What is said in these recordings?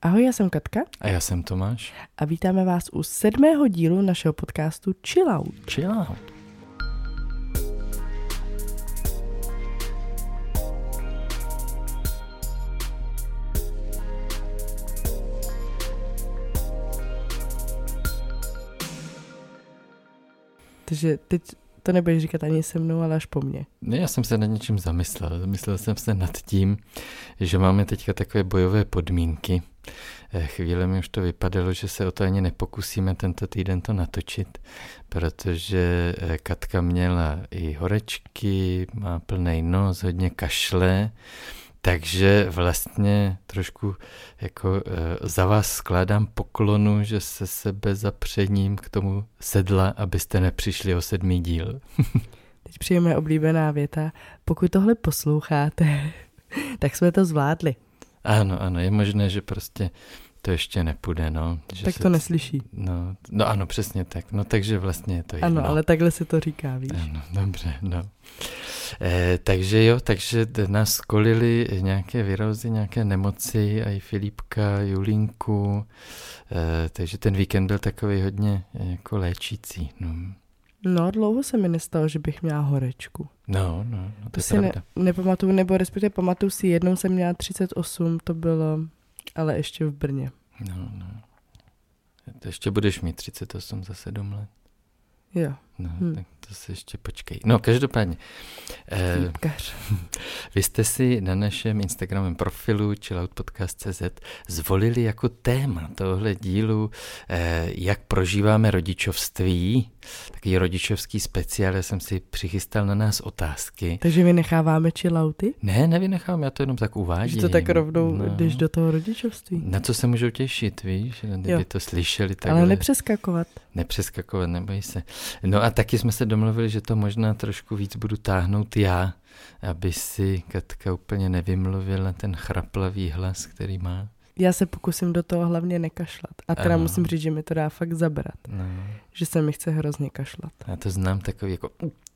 Ahoj, já jsem Katka. A já jsem Tomáš. A vítáme vás u 7. dílu našeho podcastu Chill Out. Chill Out. Takže teď to nebudeš říkat ani se mnou, ale až po mně. Ne, já jsem se nad něčím zamyslel. Zamyslel jsem se nad tím, že máme teďka takové bojové podmínky. Chvíle mi už to vypadalo, že se o to ani nepokusíme tento týden to natočit, protože Katka měla i horečky, má plnej nos, hodně kašle, takže vlastně trošku jako za vás skládám poklonu, že se sebe zapřením k tomu sedla, abyste nepřišli o 7. díl. Teď přijde moje oblíbená věta. Pokud tohle posloucháte, tak jsme to zvládli. Ano, je možné, že prostě to ještě nepůjde, no. Že tak to neslyší. No ano, přesně tak. No takže vlastně je to jedno. Ano, ale takhle se to říká, víš. Ano, dobře, no. Takže nás skolili nějaké virózy, nějaké nemoci, a i Filipka, Julinku, takže ten víkend byl takový hodně jako léčící, no. No, dlouho se mi nestalo, že bych měla horečku. No, to si je pravda. Nepamatuju, nebo respektive pamatuju si, jednou jsem měla 38, to bylo, ale ještě v Brně. No. To ještě budeš mít 38 za 7 let. Jo. No, tak to se ještě počkej. No, každopádně. Vy jste si na našem Instagramovém profilu chilloutpodcast.cz zvolili jako téma tohle dílu, jak prožíváme rodičovství. Takový rodičovský speciál, já jsem si přichystal na nás otázky. Takže vynecháváme chillouty? Ne, nevynechám, já to jenom tak uvádím. Že to tak rovnou jdeš do toho rodičovství. Na co se můžou těšit, víš? Kdyby to slyšeli takhle. Ale nepřeskakovat. Nepřeskakovat, neboj se. No a taky jsme se domluvili, že to možná trošku víc budu táhnout já, aby si Katka úplně nevymluvila ten chraplavý hlas, který má. Já se pokusím do toho hlavně nekašlat. A teda musím říct, že mi to dá fakt zabrat. No. Že se mi chce hrozně kašlat. Já to znám takový jako...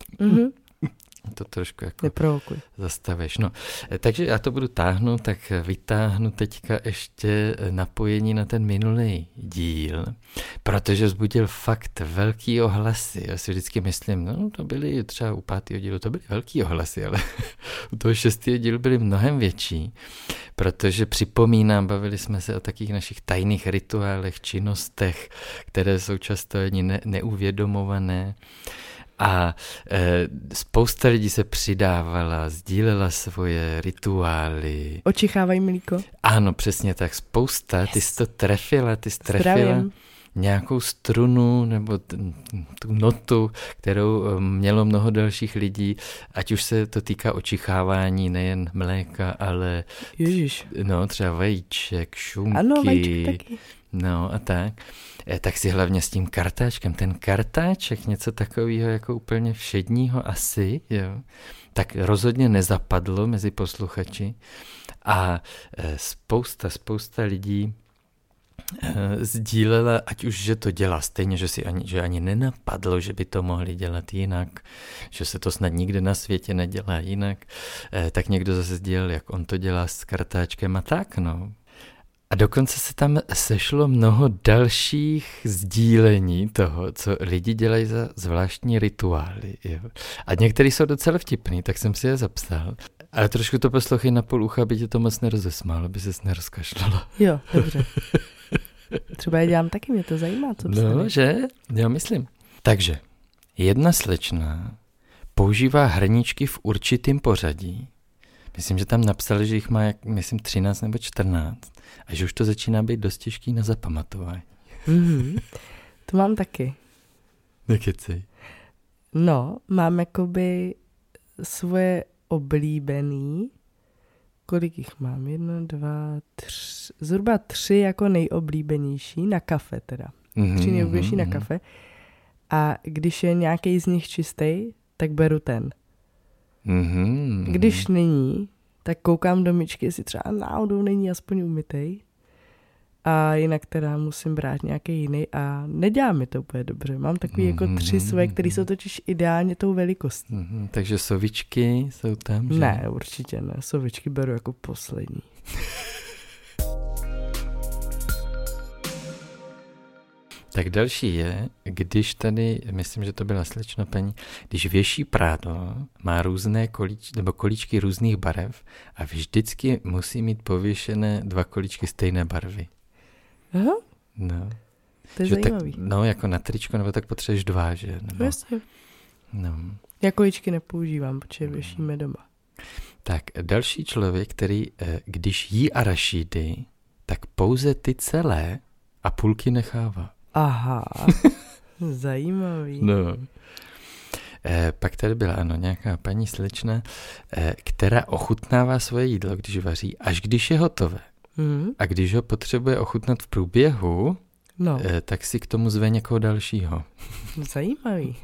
To trošku jako neprovokuj. Zastaveš. No, takže já to budu táhnout, tak vytáhnu teďka ještě napojení na ten minulý díl, protože vzbudil fakt velký ohlasy. Já si vždycky myslím, no to byly třeba u 5. dílu, to byly velký ohlasy, ale u toho 6. dílu byly mnohem větší, protože připomínám, bavili jsme se o takých našich tajných rituálech, činnostech, které jsou často ani neuvědomované. A spousta lidí se přidávala, sdílela svoje rituály. Očichávají mlíko? Ano, přesně tak, spousta. Ty jsi to trefila, nějakou strunu nebo tu notu, kterou mělo mnoho dalších lidí, ať už se to týká očichávání nejen mléka, ale třeba vajíček, šunky. Ano, vajíček taky. No a tak si hlavně s tím kartáčkem, ten kartáček, něco takového jako úplně všedního asi, jo, tak rozhodně nezapadlo mezi posluchači a spousta lidí sdílela, ať už, že to dělá stejně, že ani nenapadlo, že by to mohli dělat jinak, že se to snad nikde na světě nedělá jinak, tak někdo zase sdílel, jak on to dělá s kartáčkem a tak, no. A dokonce se tam sešlo mnoho dalších sdílení toho, co lidi dělají za zvláštní rituály. Jo. A některý jsou docela vtipný, tak jsem si je zapsal. Ale trošku to poslouchej na půl ucha, aby tě to moc nerozesmálo, aby ses nerozkašlalo. Jo, dobře. Třeba je dělám taky, mě to zajímá, co psali. No, že? Já myslím. Takže, jedna slečna používá hrníčky v určitém pořadí. Myslím, že tam napsali, že jich má, 13 nebo 14. A že už to začíná být dost těžký na zapamatování. To mám taky. Nekecej. No, mám jakoby svoje oblíbený. Kolik jich mám? 1, 2, 3. Zhruba 3 jako nejoblíbenější na kafe teda. 3 nejoblíbenější na kafe. A když je nějaký z nich čistý, tak beru ten. Když není, tak koukám do myčky, jestli třeba náhodou není aspoň umytej. A jinak teda musím brát nějaký jiný a nedělá mi to úplně dobře. Mám takový jako 3 svoje, které jsou totiž ideálně tou velikostí. Takže sovičky jsou tam, že? Ne, určitě ne. Sovičky beru jako poslední. Tak další je, když tady, myslím, že to byla slečna paní, když věší prádlo, má různé kolíčky různých barev a vždycky musí mít pověšené 2 kolíčky stejné barvy. Aha. No. To je že zajímavý. Tak, no, jako na tričko, nebo tak potřebuješ 2, že? Nebo, Jasně. no. Já kolíčky nepoužívám, protože věšíme doma. Tak další člověk, který, když jí arašídy, tak pouze ty celé a půlky nechává. Aha, zajímavý. No. Pak tady byla, ano, nějaká paní slečna, která ochutnává svoje jídlo, když vaří, až když je hotové. A když ho potřebuje ochutnat v průběhu, tak si k tomu zve někoho dalšího. Zajímavý.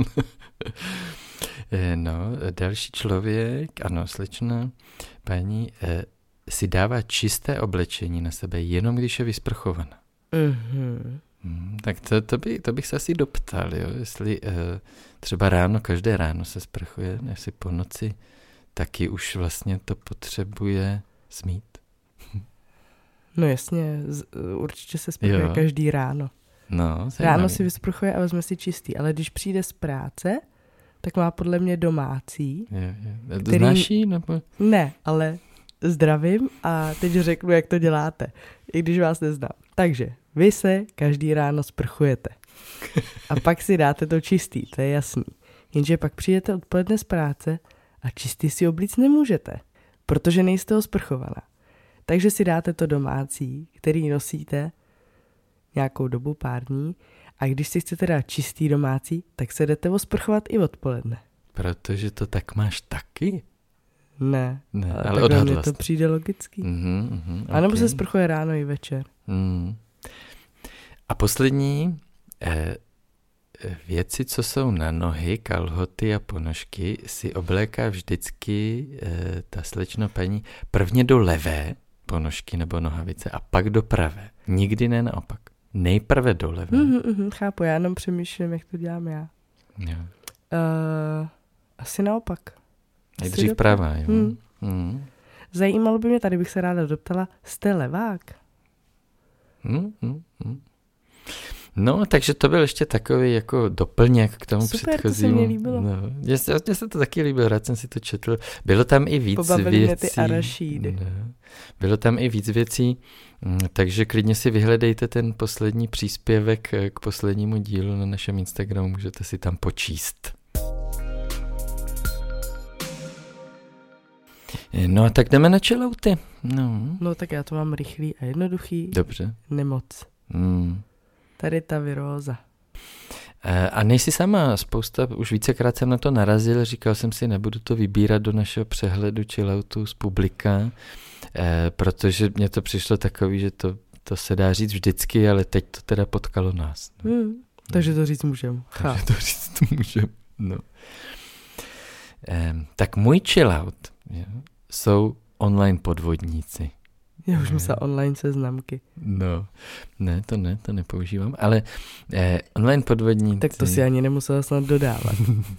No, další člověk, ano, slečna, paní, si dává čisté oblečení na sebe, jenom když je vysprchovaná. Tak to bych se asi doptal, jo? Jestli třeba ráno, každé ráno se sprchuje, jestli po noci taky už vlastně to potřebuje smít. No jasně, určitě se sprchuje každý ráno. No, ráno si vysprchuje a vezme si čistý, ale když přijde z práce, tak má podle mě domácí. Který... Znáš jí? Nebo... Ne, ale zdravím a teď řeknu, jak to děláte, i když vás neznám. Takže vy se každý ráno sprchujete a pak si dáte to čistý, to je jasný. Jenže pak přijdete odpoledne z práce a čistý si oblíct nemůžete, protože nejste osprchovaná. Takže si dáte to domácí, který nosíte nějakou dobu, pár dní, a když si chcete dát čistý domácí, tak se jdete osprchovat i odpoledne. Protože to tak máš taky? Ne, ale odhadla mně to přijde logický. A nebo se sprchuje ráno i večer. A poslední věci, co jsou na nohy, kalhoty a ponožky, si obléká vždycky ta slečna paní prvně do levé ponožky nebo nohavice a pak do pravé. Nikdy ne naopak. Nejprve do levé. Chápu, já jenom přemýšlím, jak to dělám já. Jo. Asi naopak. Nejdřív pravá, jo. Zajímalo by mě, tady bych se ráda doptala, jste levák? No, takže to byl ještě takový jako doplněk k tomu předchozímu. To se mě líbilo. No, mně se to taky líbilo, rád jsem si to četl. Bylo tam i víc Pobavili věcí. Ty arašídy. No, bylo tam i víc věcí, takže klidně si vyhledejte ten poslední příspěvek k poslednímu dílu na našem Instagramu, můžete si tam počíst. No a tak jdeme na chillouty. No tak já to mám rychlý a jednoduchý. Dobře. Nemoc. Tady ta viróza. A nejsi sama, už vícekrát jsem na to narazil, říkal jsem si, nebudu to vybírat do našeho přehledu chilloutu z publika, protože mně to přišlo takový, že to se dá říct vždycky, ale teď to teda potkalo nás. Takže to říct můžem. Takže to říct můžem, no. Tak můj chillout jsou online podvodníci. Já už myslela online seznamky. No, to nepoužívám, ale online podvodníci... Tak to si ani nemusela snad dodávat.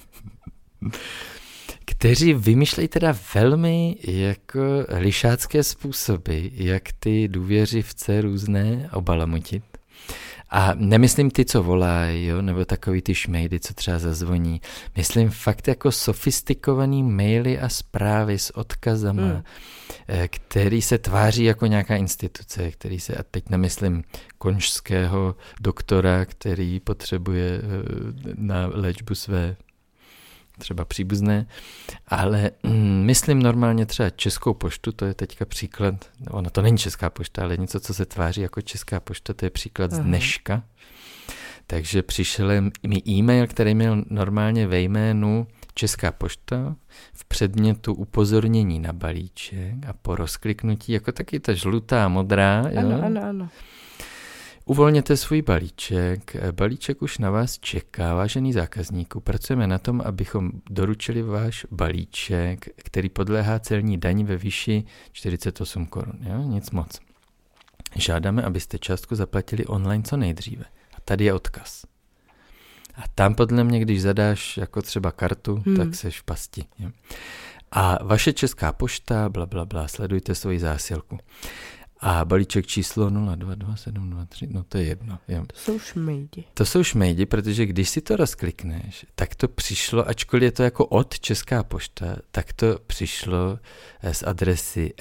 Kteří vymýšlejí teda velmi jako lišácké způsoby, jak ty důvěřivce různé obalamutit. A nemyslím ty, co volají, jo, nebo takový ty šmejdy, co třeba zazvoní. Myslím fakt jako sofistikovaný maily a zprávy s odkazama, který se tváří jako nějaká instituce, který se, a teď nemyslím konžského doktora, který potřebuje na léčbu své třeba příbuzné, ale myslím normálně třeba Českou poštu, to je teďka příklad, ona to není Česká pošta, ale něco, co se tváří jako Česká pošta, to je příklad z dneška. Takže přišel mi e-mail, který měl normálně ve jménu Česká pošta, v předmětu upozornění na balíček a po rozkliknutí, jako taky ta žlutá, modrá. Ano. Uvolněte svůj balíček. Balíček už na vás čeká, vážený zákazníku. Pracujeme na tom, abychom doručili váš balíček, který podléhá celní dani ve výši 48 korun. Nic moc. Žádáme, abyste částku zaplatili online co nejdříve. A tady je odkaz. A tam podle mě, když zadáš jako třeba kartu, tak seš v pasti. A vaše Česká pošta, blablabla, sledujte svoji zásilku. A balíček číslo 022703, no to je jedno. Jo. To jsou šmejdi. To jsou šmejdi, protože když si to rozklikneš, tak to přišlo, ačkoliv je to jako od Česká pošta, tak to přišlo z adresy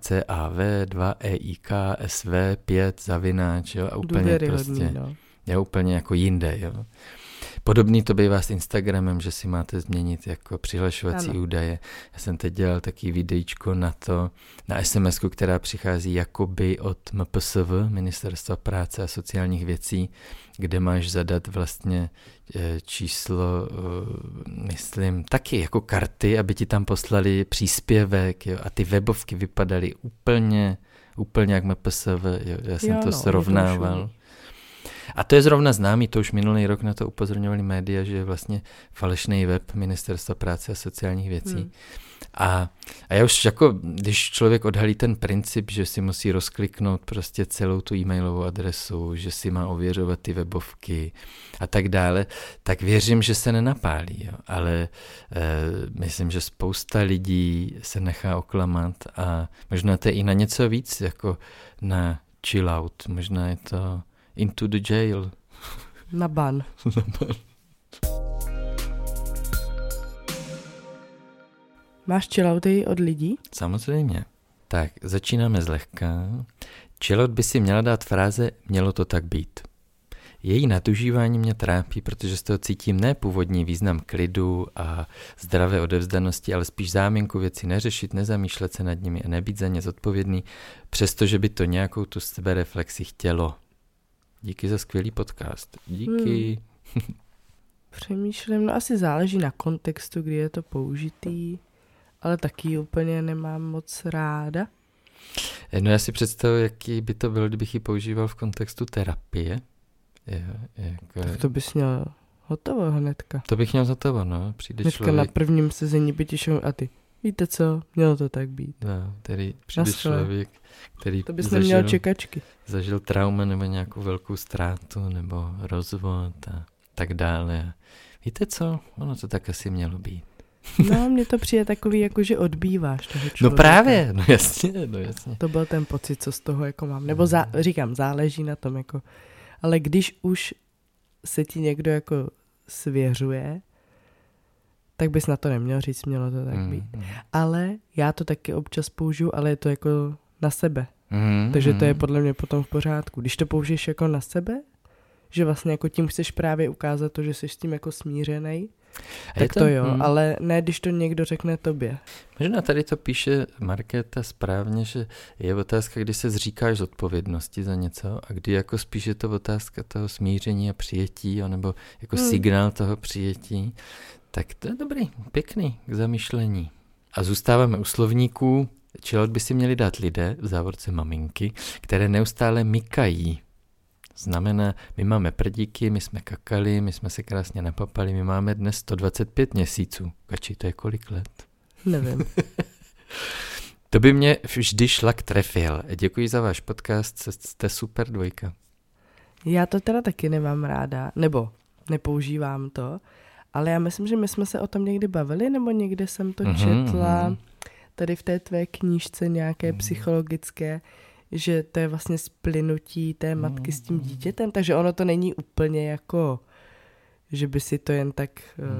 lacav2eik.sv5 jo, a úplně prostě, je úplně jako jinde, jo. Podobný to bývá s Instagramem, že si máte změnit jako přihlašovací údaje. Já jsem teď dělal taky videíčko na to, na SMS-ku, která přichází jakoby od MPSV, Ministerstva práce a sociálních věcí, kde máš zadat vlastně číslo, myslím, taky jako karty, aby ti tam poslali příspěvek, jo, a ty webovky vypadaly úplně jak MPSV, jo, já jsem to srovnával. A to je zrovna známý, to už minulý rok na to upozorňovali média, že je vlastně falešný web Ministerstva práce a sociálních věcí. A já už jako, když člověk odhalí ten princip, že si musí rozkliknout prostě celou tu e-mailovou adresu, že si má ověřovat ty webovky a tak dále, tak věřím, že se nenapálí. Jo. Ale myslím, že spousta lidí se nechá oklamat a možná to je i na něco víc, jako na chill out, možná je to into the jail. Na ban. Máš chillouty od lidí? Samozřejmě. Tak, začínáme zlehka. Chillout by si měla dát fráze mělo to tak být. Její nadužívání mě trápí, protože z toho cítím ne původní význam klidu a zdravé odevzdanosti, ale spíš záminku věci neřešit, nezamýšlet se nad nimi a nebýt za ně zodpovědný, přestože by to nějakou tu sebereflexi chtělo. Díky za skvělý podcast. Díky. Přemýšlím, no asi záleží na kontextu, kdy je to použitý, ale taky úplně nemám moc ráda. No já si představuji, jaký by to bylo, kdybych ji používal v kontextu terapie. Tak to bys měl hotovo hnedka. To bych měl hotovo, no. Přijde hnedka člověk. Na prvním sezení by ti šel a ty, víte co, mělo to tak být. No, přijde člověk, který to bys neměl čekačky. Zažil trauma nebo nějakou velkou ztrátu nebo rozvod a tak dále. Víte co, ono to tak asi mělo být. No, mně to přijde takový, jako že odbýváš toho člověka. No právě, no jasně. To byl ten pocit, co z toho jako mám. Nebo říkám, záleží na tom, jako. Ale když už se ti někdo jako svěřuje, tak bys na to neměl říct, mělo to tak být. Ale já to taky občas použiju, ale je to jako na sebe. Takže to je podle mě potom v pořádku. Když to použiješ jako na sebe, že vlastně jako tím chceš právě ukázat to, že jsi s tím jako smířenej, tak to jo, ale ne, když to někdo řekne tobě. Možná tady to píše Markéta správně, že je otázka, kdy se zříkáš z odpovědnosti za něco a kdy jako spíš je to otázka toho smíření a přijetí, nebo jako signál toho přijetí. Tak to je dobrý, pěkný k zamyšlení. A zůstáváme u slovníků. Chillout by si měli dát lidé, v závorce maminky, které neustále mykají. Znamená, my máme prdíky, my jsme kakali, my jsme se krásně napapali, my máme dnes 125 měsíců. Kači, to je kolik let? Nevím. To by mě vždy šlak trefil. Děkuji za váš podcast, jste super dvojka. Já to teda taky nemám ráda, nebo nepoužívám to, ale já myslím, že my jsme se o tom někdy bavili, nebo někde jsem to četla, tady v té tvé knížce nějaké psychologické, že to je vlastně splynutí té matky s tím dítětem, takže ono to není úplně jako, že by si to jen tak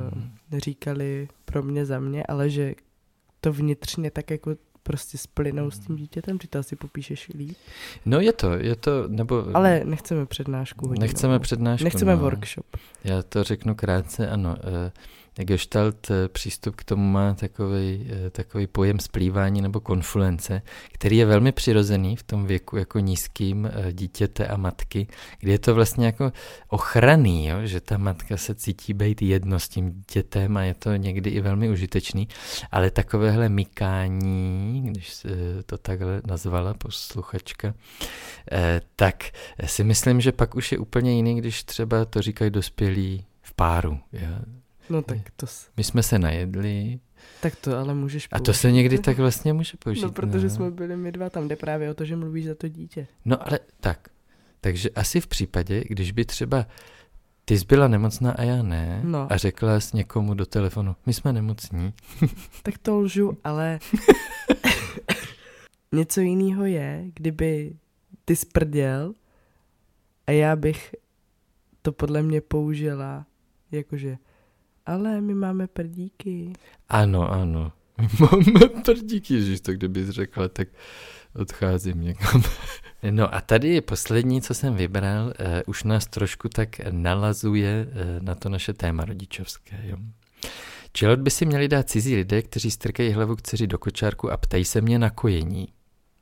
říkali pro mě za mě, ale že to vnitřně tak jako prostě splynou s tím dítětem, ty to asi popíšeš líp. No je to, nebo... Ale nechceme přednášku hodinu. Nechceme workshop. Já to řeknu krátce, ano. Gestalt přístup k tomu má takový pojem splývání nebo konfluence, který je velmi přirozený v tom věku jako nízkým dítěte a matky, kdy je to vlastně jako ochranný, jo? Že ta matka se cítí být jedno s tím dítětem a je to někdy i velmi užitečný, ale takovéhle mykání, když to takhle nazvala posluchačka, tak si myslím, že pak už je úplně jiný, když třeba to říkají dospělí v páru, jo? No tak to... My jsme se najedli. Tak to ale můžeš použít. A to se někdy tak vlastně může použít. No, protože jsme byli my dva, tam jde právě o to, že mluvíš za to dítě. No ale tak. Takže asi v případě, když by třeba ty jsi byla nemocná a já ne, a řekla jsi někomu do telefonu, my jsme nemocní. Tak to lžu, ale... něco jiného je, kdyby ty sprděl a já bych to podle mě použila jakože, ale my máme prdíky. Ano. Máme prdíky, ježiš, to kdybys řekla, tak odcházím někam. No a tady je poslední, co jsem vybral, už nás trošku tak nalazuje na to naše téma rodičovské. Jo. Čelot by si měli dát cizí lidé, kteří strkají hlavu k dceři do kočárku a ptají se mě na kojení.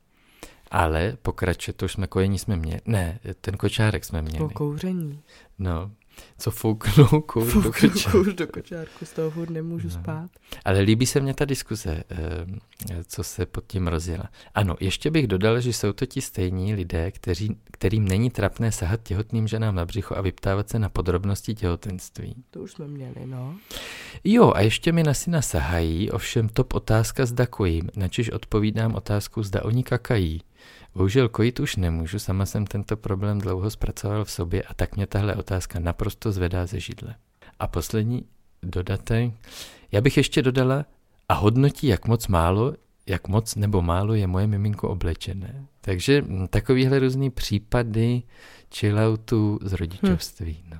Ale pokračuje, to už jsme kojení jsme měli. Ne, ten kočárek jsme měli. Po kouření. No, co fouknou kouř do kočárku, z toho furt nemůžu spát. Ale líbí se mně ta diskuze, co se pod tím rozjela. Ano, ještě bych dodal, že jsou to ti stejní lidé, kterým není trapné sahat těhotným ženám na břicho a vyptávat se na podrobnosti těhotenství. To už jsme měli, no. Jo, a ještě mi na syna sahají, ovšem top otázka zda kojím, načež odpovídám otázku zda oni kakají. Bohužel kojit už nemůžu, sama jsem tento problém dlouho zpracoval v sobě a tak mě tahle otázka naprosto zvedá ze židle. A poslední dodatek, já bych ještě dodala a hodnotí, jak moc nebo málo je moje miminko oblečené. Takže takovýhle různý případy chilloutu z rodičovství. No.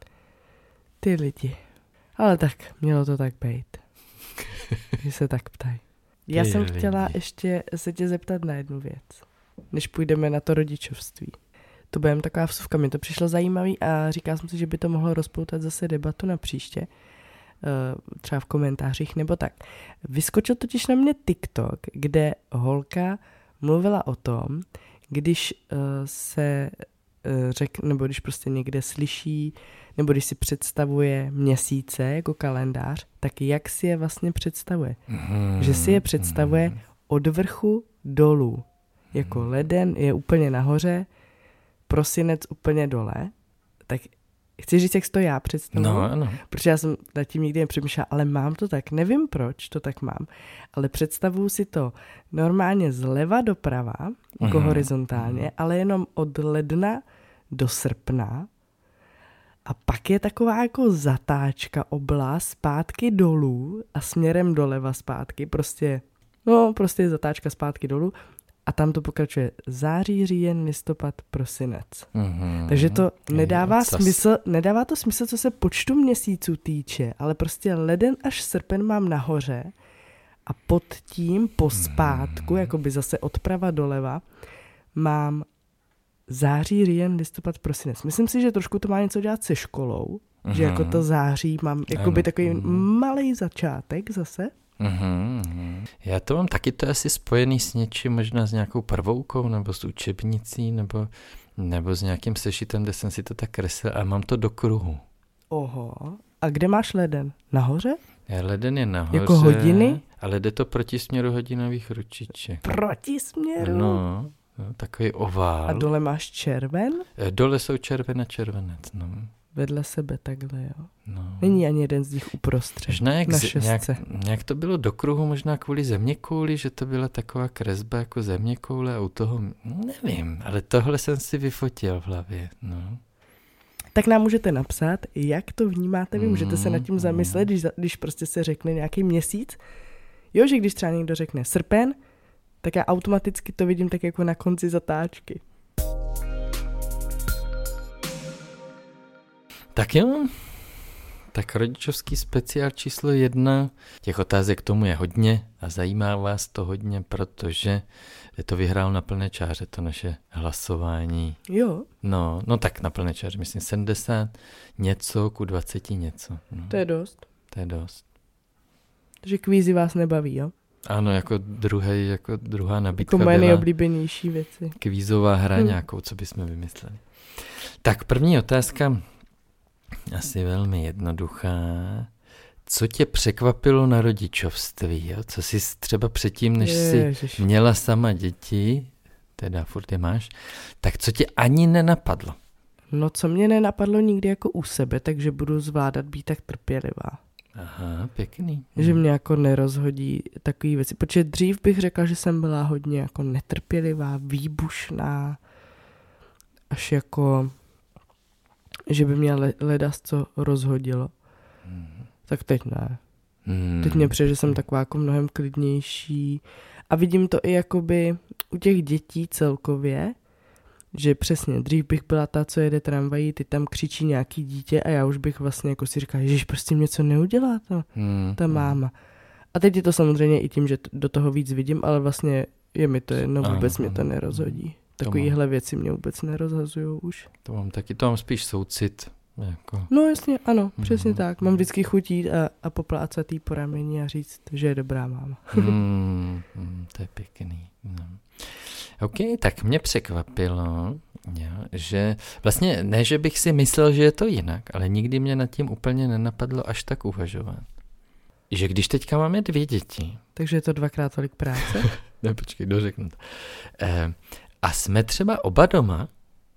Ty lidi. Ale tak, mělo to tak být. Že se tak ptají. Já jsem chtěla ještě se tě zeptat na jednu věc, než půjdeme na to rodičovství. To bude taková vsuvka, mi to přišlo zajímavý a říkala jsem si, že by to mohlo rozpoutat zase debatu na příště, třeba v komentářích nebo tak. Vyskočil totiž na mě TikTok, kde holka mluvila o tom, když se řekne, nebo když prostě někde slyší, nebo když si představuje měsíce jako kalendář, tak jak si je vlastně představuje. Že si je představuje od vrchu dolů. Jako leden je úplně nahoře, prosinec úplně dole. Tak chci říct, jak to já představuji. No, ano. Protože já jsem nad tím nikdy nepřemýšlela, ale mám to tak. Nevím, proč to tak mám. Ale představuju si to normálně zleva doprava, jako horizontálně, ale jenom od ledna do srpna. A pak je taková jako zatáčka, oblast, zpátky dolů a směrem doleva zpátky. Prostě zatáčka zpátky dolů. A tam to pokračuje září, říjen, listopad, prosinec. Takže to nedává to smysl, co se počtu měsíců týče, ale prostě leden až srpen mám nahoře a pod tím pospátku, jakoby zase odprava doleva, mám září, říjen, listopad, prosinec. Myslím si, že trošku to má něco dělat se školou, že jako to září mám jakoby takový malej začátek zase. Já to mám taky to asi spojený s něčím, možná s nějakou prvoukou, nebo s učebnicí, nebo s nějakým sešitem, kde jsem si to tak kreslil a mám to do kruhu. Oho. A kde máš leden? Nahoře? Leden je nahoře. Jako hodiny? Ale jde to proti směru hodinových ručiček. Proti směru? No, takový ovál. A dole máš červen? Dole jsou červen a červenec, no. Vedle sebe takhle, jo. No. Není ani jeden z nich uprostřed. Možná nějak to bylo do kruhu, možná kvůli zeměkouli, že to byla taková kresba jako zeměkoule a u toho, nevím, ale tohle jsem si vyfotil v hlavě, no. Tak nám můžete napsat, jak to vnímáte vy, můžete se nad tím zamyslet, když prostě se řekne nějaký měsíc. Jo, že když třeba někdo řekne srpen, tak já automaticky to vidím tak jako na konci zatáčky. Tak jo, tak rodičovský speciál číslo 1. Těch otázek k tomu je hodně a zajímá vás to hodně, protože to vyhrál na plné čáře, to naše hlasování. Jo. No tak na plné čáře, myslím 70 něco ku 20 něco. No. To je dost. Takže kvízy vás nebaví, jo? Ano, jako druhá nabídka jako moje nejoblíbenější věci. Kvízová hra nějakou, co bychom vymysleli. Tak první otázka, asi velmi jednoduchá. Co tě překvapilo na rodičovství? Jo? Co jsi třeba předtím, než jsi měla sama děti, teda furt je máš, tak co tě ani nenapadlo? No, co mě nenapadlo nikdy jako u sebe, takže budu zvládat být tak trpělivá. Aha, pěkný. Že mě jako nerozhodí takový věci. Protože dřív bych řekla, že jsem byla hodně jako netrpělivá, výbušná, až jako, že by mě ledas co rozhodilo. Tak teď ne. Teď mě přijde, že jsem taková jako mnohem klidnější A vidím to i jakoby u těch dětí celkově, že přesně, dřív bych byla ta, co jede tramvají, ty tam křičí nějaký dítě a já už bych vlastně jako si říkala, ježiš, prostě něco neudělá ta máma. A teď je to samozřejmě i tím, že do toho víc vidím, ale vlastně je mi to jedno, vůbec mě to nerozhodí. Takovýhle věci mě vůbec nerozhazujou už. To mám spíš soucit. Jako. No jasně, ano, přesně tak. Mám vždycky chutí a poplácat jí po rameni a říct, že je dobrá máma. To je pěkný. No. OK, tak mě překvapilo, že vlastně ne, že bych si myslel, že je to jinak, ale nikdy mě nad tím úplně nenapadlo až tak uvažovat. Že když teďka máme 2 děti. Takže je to 2x tolik práce? Ne, počkej, dořeknu to. A jsme třeba oba doma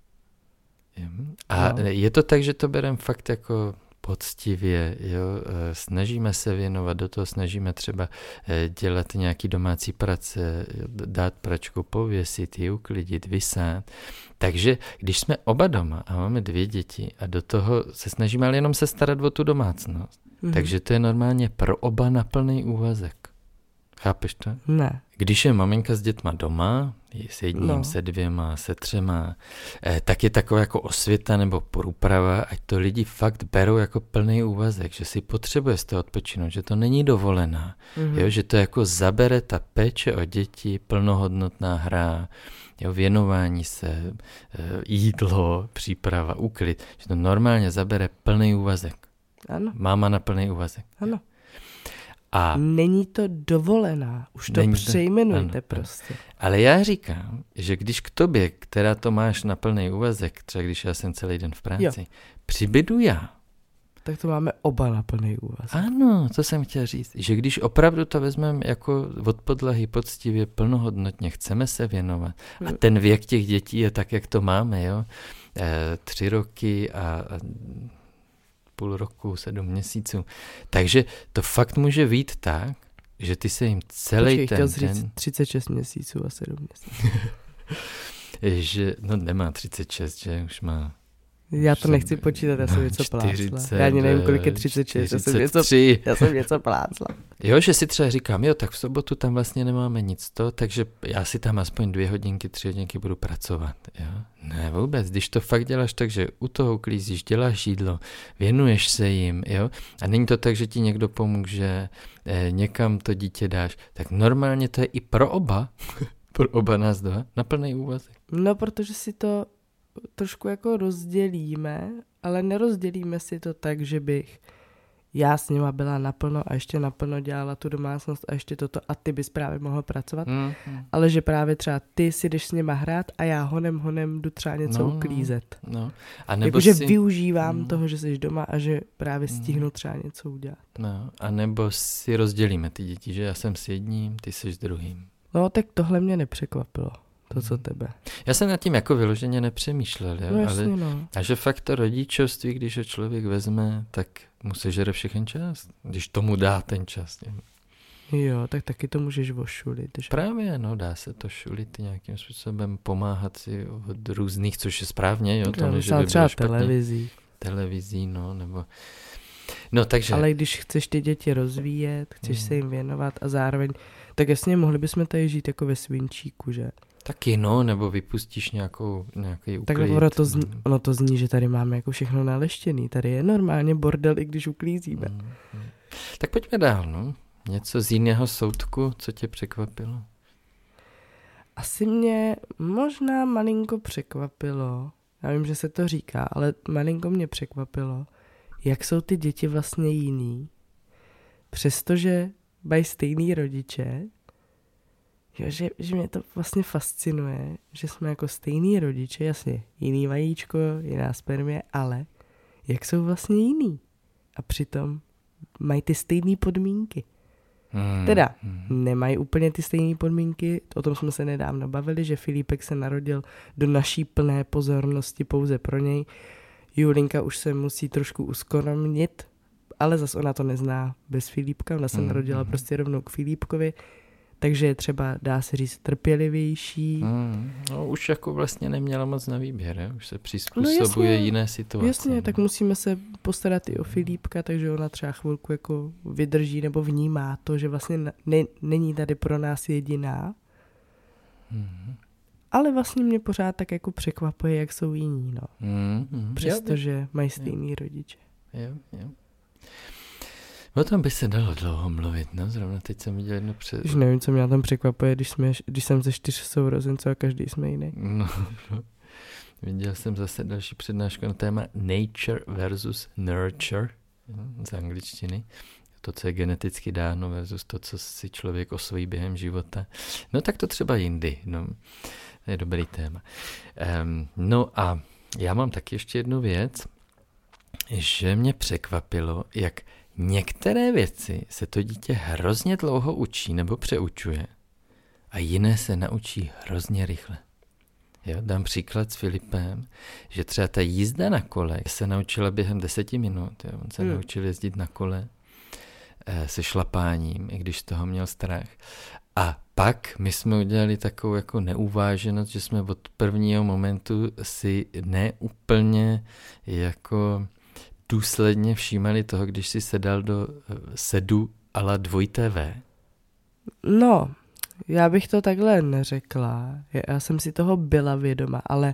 a je to tak, že to bereme fakt jako poctivě, jo? Snažíme se věnovat, do toho snažíme třeba dělat nějaký domácí práce, dát pračku, pověsit, ji uklidit, vysát. Takže když jsme oba doma a máme 2 děti a do toho se snažíme ale jenom se starat o tu domácnost, takže to je normálně pro oba na plný úvazek. Chápeš to? Ne. Když je maminka s dětma doma, s jedním, se 2, se 3, tak je taková jako osvěta nebo průprava, ať to lidi fakt berou jako plný úvazek, že si potřebuje z toho odpočinout, že to není dovolená, jo, že to jako zabere ta péče o děti, plnohodnotná hra, jo, věnování se, jídlo, příprava, úklid, že to normálně zabere plný úvazek. Ano. Máma na plný úvazek. Ano. A není to dovolená, už to přejmenujte prostě. Ale já říkám, že když k tobě, která to máš na plný úvazek, třeba když já jsem celý den v práci, přibydu já. Tak to máme oba na plný úvazek. Ano, to jsem chtěl říct, že když opravdu to vezmeme jako od podlahy poctivě, plnohodnotně, chceme se věnovat a ten věk těch dětí je tak, jak to máme, jo, 3 roky a půl roku, 7 měsíců. Takže to fakt může být tak, že ty se jim celý ten den... 36 měsíců a 7 měsíců. že, no nemá 36, že už má... Já to nechci počítat, já jsem něco plácla. Já ani nevím, kolik je 36, já jsem něco plácla. Jo, že si třeba říkám, jo, tak v sobotu tam vlastně nemáme nic takže já si tam aspoň 2 hodinky, 3 hodinky budu pracovat. Jo? Ne, vůbec, když to fakt děláš tak, že u toho uklízíš, děláš jídlo, věnuješ se jim, jo, a není to tak, že ti někdo pomůže, někam to dítě dáš, tak normálně to je i pro oba, pro oba nás 2, na plný úvazek. No, protože si to trošku jako rozdělíme, ale nerozdělíme si to tak, že bych já s nima byla naplno a ještě naplno dělala tu domácnost a ještě toto a ty bys právě mohl pracovat, ale že právě třeba ty si jdeš s nima hrát a já honem jdu třeba něco uklízet. No. Jakože využívám toho, že jsi doma a že právě stihnu třeba něco udělat. No, a nebo si rozdělíme ty děti, že já jsem s jedním, ty jsi s druhým. No, tak tohle mě nepřekvapilo. To, co tebe. Já jsem nad tím jako vyloženě nepřemýšlel, jo? No, jasně, no. A že fakt to rodičovství, když ho člověk vezme, tak mu sežere všechen čas, když tomu dá ten čas. Jo, tak taky to můžeš ošulit. Že? Právě, no, dá se to šulit nějakým způsobem, pomáhat si od různých, což je správně, jo, to neže by třeba televizí, no, nebo... No, takže... Ale když chceš ty děti rozvíjet, chceš se jim věnovat a zároveň, tak jasně, mohli bychom tady žít jako ve Svinčíku, že? Taky no, nebo vypustíš nějaký uklid. Tak ono to zní, že tady máme jako všechno naleštěný. Tady je normálně bordel, i když uklízíme. Tak pojďme dál, no. Něco z jiného soudku, co tě překvapilo? Asi mě možná malinko překvapilo. Já vím, že se to říká, ale malinko mě překvapilo, jak jsou ty děti vlastně jiný. Přestože mají stejný rodiče, jo, že mě to vlastně fascinuje, že jsme jako stejný rodiče, jasně, jiný vajíčko, jiná spermie, ale jak jsou vlastně jiný. A přitom mají ty stejné podmínky. Teda nemají úplně ty stejné podmínky, o tom jsme se nedávno bavili, že Filipek se narodil do naší plné pozornosti pouze pro něj. Julinka už se musí trošku uskromnit, ale zas ona to nezná bez Filipka, ona se narodila prostě rovnou k Filipkovi. Takže je třeba, dá se říct, trpělivější. No už jako vlastně neměla moc na výběr, je? Už se přizpůsobuje jiné situace. Jasně, tak musíme se postarat i o Filipka, takže ona třeba chvilku jako vydrží nebo vnímá to, že vlastně není tady pro nás jediná. Ale vlastně mě pořád tak jako překvapuje, jak jsou jiní, no. Přestože mají stejný rodiče. Jo. O tom by se dalo dlouho mluvit, no, zrovna teď jsem viděl jednu Už nevím, co mě tam překvapuje, když jsem ze 4 sourozenců a každý jsme jiný. No. Viděl jsem zase další přednášku na téma Nature versus Nurture z angličtiny. To, co je geneticky dáno versus to, co si člověk osvojí během života. No tak to třeba jindy, no. To je dobrý téma. No a já mám taky ještě jednu věc, že mě překvapilo, jak některé věci se to dítě hrozně dlouho učí nebo přeučuje a jiné se naučí hrozně rychle. Jo, dám příklad s Filipem, že třeba ta jízda na kole se naučila během 10 minut. Jo. On se naučil jezdit na kole se šlapáním, i když z toho měl strach. A pak my jsme udělali takovou jako neuváženost, že jsme od prvního momentu si neúplně jako důsledně všímali toho, když si sedal do sedu a la 2TV. No, já bych to takhle neřekla. Já jsem si toho byla vědoma, ale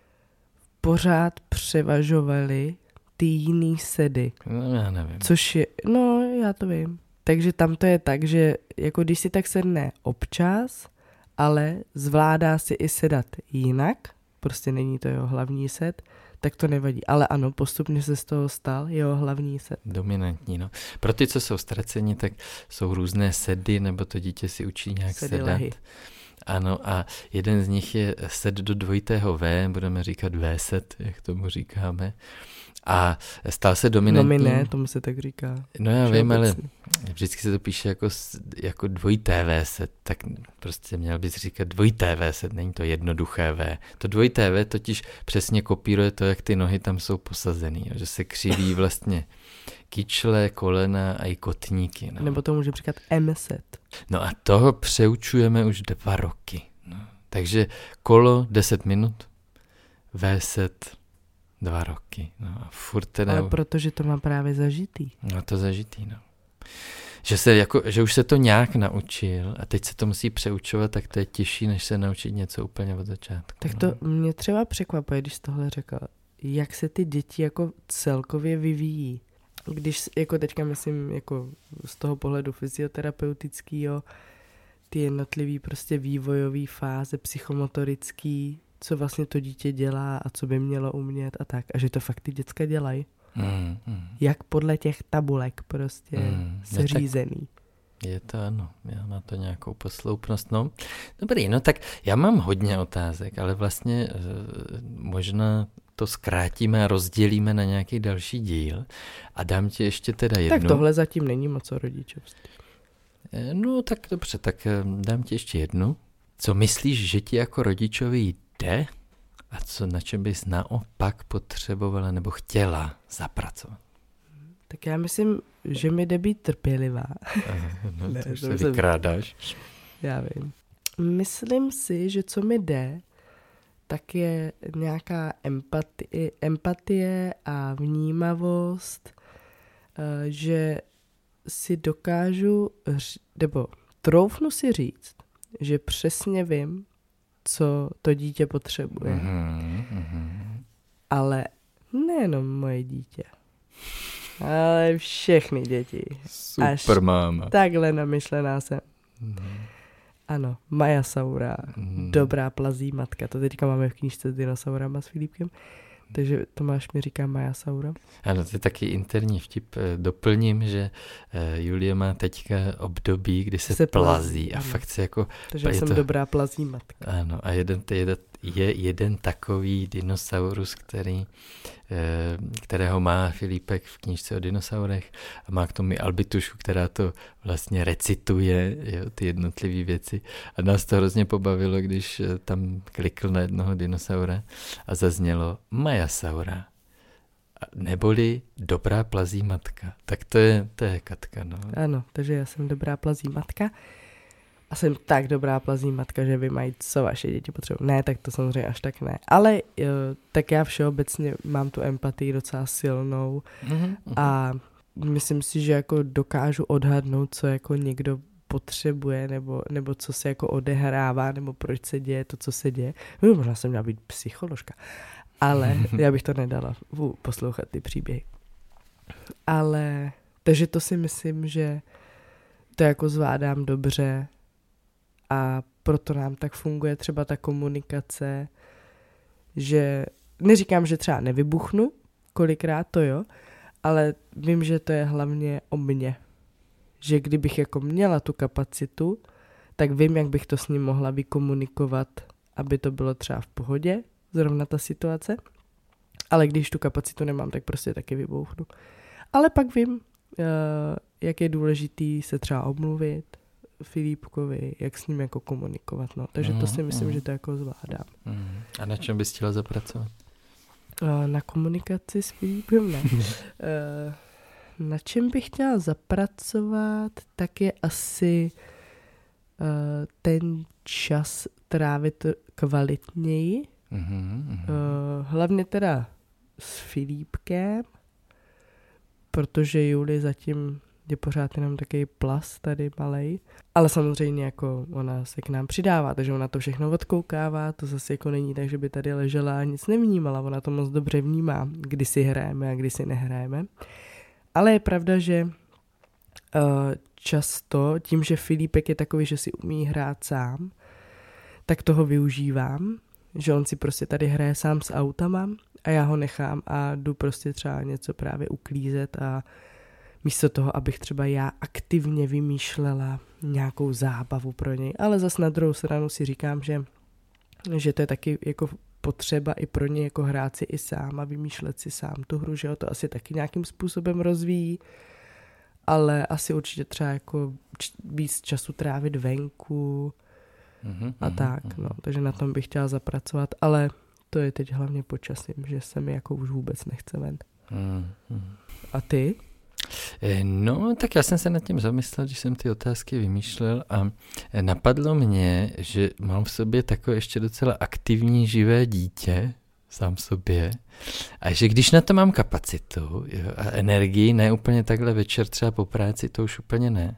pořád převažovaly ty jiný sedy. No, já nevím. Což je, no, já to vím. Takže tam to je tak, že jako když si tak sedne občas, ale zvládá si i sedat jinak, prostě není to jeho hlavní set, tak to nevadí. Ale ano, postupně se z toho stal jeho hlavní set. Dominantní, no. Pro ty, co jsou ztraceni, tak jsou různé sedy, nebo to dítě si učí nějak Sedy sedat. lehy. Ano, a jeden z nich je set do 2. V, budeme říkat V-set, jak tomu říkáme. A stal se dominantním. No my ne, tomu se tak říká. No já vím, ale vždycky se to píše jako 2. V-set, tak prostě měl bys říkat 2. V-set, není to jednoduché V. To 2. V totiž přesně kopíruje to, jak ty nohy tam jsou posazený, že se křiví vlastně kyčle, kolena a i kotníky. No. Nebo to může říkat M-set. No a toho přeučujeme už 2 roky. No. Takže kolo 10 minut, V-set 2 roky. No a furt teda... Ale protože to má právě zažitý. No to zažitý, no. Že už se to nějak naučil a teď se to musí přeučovat, tak to je těžší, než se naučit něco úplně od začátku. Tak to mě třeba překvapuje, když tohle řekl, jak se ty děti jako celkově vyvíjí. Když jako teďka myslím jako z toho pohledu fyzioterapeutického, ty jednotlivý prostě vývojový fáze, psychomotorický, co vlastně to dítě dělá a co by mělo umět a tak. A že to fakt ty děcka dělají. Jak podle těch tabulek prostě seřízený. Je to ano, já na to nějakou posloupnost. No. Dobrý, no tak já mám hodně otázek, ale vlastně možná to zkrátíme a rozdělíme na nějaký další díl a dám ti ještě teda jednu. Tak tohle zatím není moc o rodičovství. No tak dobře, tak dám ti ještě jednu. Co myslíš, že ti jako rodičovi jde a co na čem bys naopak potřebovala nebo chtěla zapracovat? Tak já myslím, že mi jde být trpělivá. No, ne, to se vykrádáš. Já vím. Myslím si, že co mi jde, tak je nějaká empatie a vnímavost, že si dokážu, nebo troufnu si říct, že přesně vím, co to dítě potřebuje. Ale nejenom moje dítě, ale všechny děti. Super máma. Takhle namyšlená jsem. Ano, Maja Saura, dobrá plazí matka. To teďka máme v knížce s dinosaurama s Filipkem. Takže Tomáš mi říká Maja Saura. Ano, to je taky interní vtip. Doplním, že Julie má teďka období, kdy se plazí a fakt se jako... Takže jsem dobrá plazí matka. Ano, a je jeden takový dinosaurus, kterého má Filipek v knížce o dinosaurech a má k tomu i Albitušu, která to vlastně recituje, jo, ty jednotlivé věci. A nás to hrozně pobavilo, když tam klikl na jednoho dinosaura a zaznělo Maja Saura, neboli dobrá plazí matka. Tak to je Katka, no. Ano, takže já jsem dobrá plazí matka. a jsem tak dobrá plazní matka, že vy mají, co vaše děti potřebují. Ne, tak to samozřejmě až tak ne. Ale tak já všeobecně mám tu empatii docela silnou a myslím si, že jako dokážu odhadnout, co jako někdo potřebuje, nebo co se jako odehrává, nebo proč se děje to, co se děje. No, možná jsem měla být psycholožka, ale já bych to nedala poslouchat ty příběhy. Ale, takže to si myslím, že to jako zvládám dobře a proto nám tak funguje třeba ta komunikace, že neříkám, že třeba nevybuchnu, kolikrát to jo, ale vím, že to je hlavně o mně. Že kdybych jako měla tu kapacitu, tak vím, jak bych to s ním mohla vykomunikovat, aby to bylo třeba v pohodě, zrovna ta situace. Ale když tu kapacitu nemám, tak prostě taky vybouchnu. Ale pak vím, jak je důležitý se třeba omluvit Filipkovi, jak s ním jako komunikovat. No. Takže to si myslím, že to jako zvládám. A na čem bys chtěla zapracovat? Na komunikaci s Filipem ne. Na čem bych chtěla zapracovat, tak je asi ten čas trávit kvalitněji. Hlavně teda s Filipkem, protože Julie zatím je pořád jenom takový plas tady malej. Ale samozřejmě jako ona se k nám přidává, takže ona to všechno odkoukává, to zase jako není tak, že by tady ležela a nic nevnímala. Ona to moc dobře vnímá, kdy si hrajeme a kdy si nehrajeme. Ale je pravda, že často tím, že Filipek je takový, že si umí hrát sám, tak toho využívám, že on si prostě tady hraje sám s autama a já ho nechám a jdu prostě třeba něco právě uklízet a místo toho, abych třeba já aktivně vymýšlela nějakou zábavu pro něj. Ale zas na druhou stranu si říkám, že to je taky jako potřeba i pro něj jako hrát si i sám a vymýšlet si sám tu hru, že ho to asi taky nějakým způsobem rozvíjí, ale asi určitě třeba jako víc času trávit venku a tak, no. Takže na tom bych chtěla zapracovat, ale to je teď hlavně počasím, že se mi jako už vůbec nechce ven. A ty? No, tak já jsem se nad tím zamyslel, když jsem ty otázky vymýšlel a napadlo mě, že mám v sobě takové ještě docela aktivní živé dítě sám sobě a že když na to mám kapacitu jo, a energii, ne úplně takhle večer třeba po práci, to už úplně ne,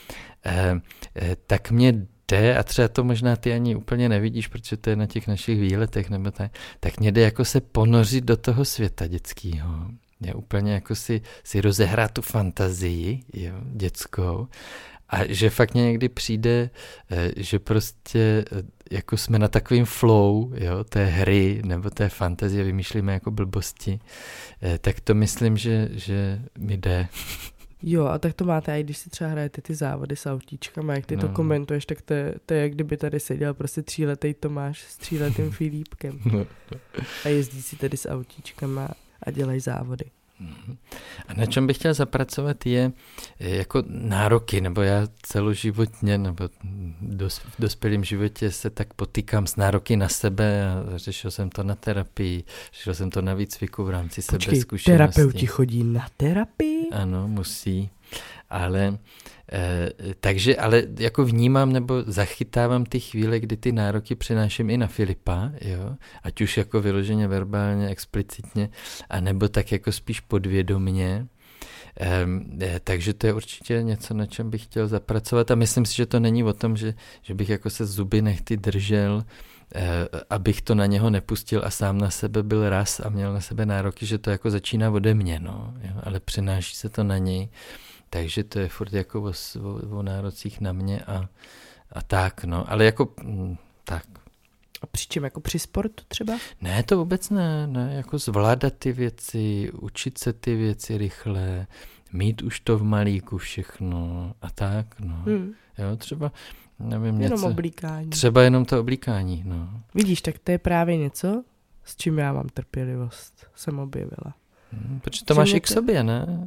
tak mě jde, a třeba to možná ty ani úplně nevidíš, protože to je na těch našich výletech, nebo tak mě jde jako se ponořit do toho světa dětského. Je úplně jako si rozehrát tu fantazii, jo, dětskou, a že fakt někdy přijde, že prostě jako jsme na takovým flow, jo, té hry nebo té fantazie, vymýšlíme jako blbosti, tak to myslím, že mi jde. Jo, a tak to máte, i když si třeba hrajete ty závody s autíčkama, jak ty to komentuješ, tak to je jak kdyby tady seděl prostě 3letý Tomáš s 3letým Filipkem. A jezdí si tady s autíčkama a dělají závody. A na čem bych chtěl zapracovat je jako nároky, nebo já celoživotně, nebo v dospělém životě se tak potýkám s nároky na sebe a řešil jsem to na terapii, řešil jsem to na výcviku v rámci sebezkušenosti. Terapeuti chodí na terapii? Ano, musí, ale takže jako vnímám nebo zachytávám ty chvíle, kdy ty nároky přenáším i na Filipa, jo, ať už jako vyloženě verbálně, explicitně, anebo tak jako spíš podvědomně. Takže to je určitě něco, na čem bych chtěl zapracovat a myslím si, že to není o tom, že bych jako se zuby nehty držel, abych to na něho nepustil a sám na sebe byl raz a měl na sebe nároky, že to jako začíná ode mě, no, jo, ale přenáší se to na něj. Takže to je furt jako o nárocích na mě a tak, no. Ale jako tak. A při čem? Jako při sportu třeba? Ne, to vůbec ne. Jako zvládat ty věci, učit se ty věci rychle, mít už to v malíku všechno a tak, no. Jo, třeba, nevím, jenom něco. oblíkání. Třeba jenom to oblíkání, no. Vidíš, tak to je právě něco, s čím já mám trpělivost, jsem objevila. Protože to máš i k sobě, ne?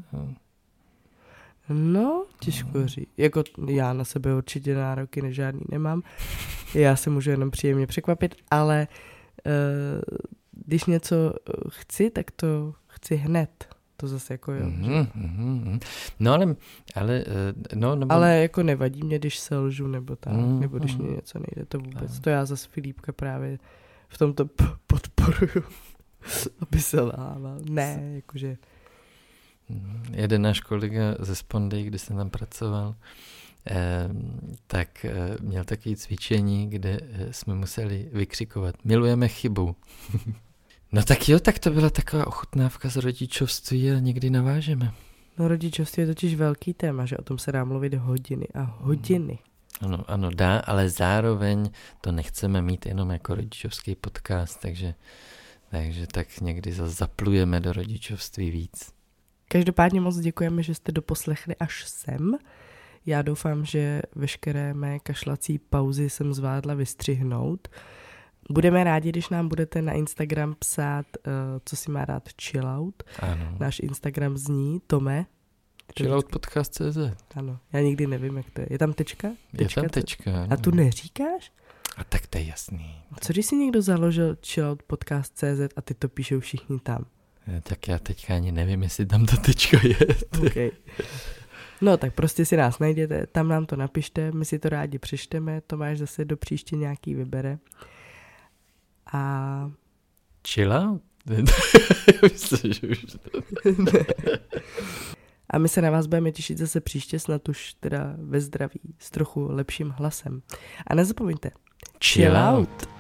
No, těžko říct. Jako já na sebe určitě nároky žádný nemám. Já se můžu jenom příjemně překvapit, ale když něco chci, tak to chci hned. To zase jako jo. No ale nebo... Ale jako nevadí mě, když selžu nebo tak, nebo když mě něco nejde, to vůbec. To já zase Filipka právě v tomto podporuju, aby se lhával. Ne, jakože... Jeden náš kolega ze Spondy, když jsem tam pracoval, tak měl takové cvičení, kde jsme museli vykřikovat: milujeme chybu. No tak jo, tak to byla taková ochutnávka z rodičovství a někdy navážeme. No rodičovství je totiž velký téma, že o tom se dá mluvit hodiny a hodiny. Ano, dá, ale zároveň to nechceme mít jenom jako rodičovský podcast, takže tak někdy zase zaplujeme do rodičovství víc. Každopádně moc děkujeme, že jste doposlechli až sem. Já doufám, že veškeré mé kašlací pauzy jsem zvládla vystřihnout. Budeme rádi, když nám budete na Instagram psát, co si má rád Chillout. Ano. Náš Instagram zní Tome. Chilloutpodcast.cz. Ano, já nikdy nevím, jak to je. Je tam tečka? Je tam tečka. A tu neříkáš? A tak to je jasný. Co když si někdo založil Chilloutpodcast.cz a ty to píšou všichni tam? Tak já teďka ani nevím, jestli tam ta tečka je. Okay. No tak prostě si nás najděte, tam nám to napište, my si to rádi přečteme, Tomáš zase do příště nějaký vybere. A... Chillout? Myslím, že už to... A my se na vás budeme těšit zase příště, snad už teda ve zdraví, s trochu lepším hlasem. A nezapomeňte, chill out!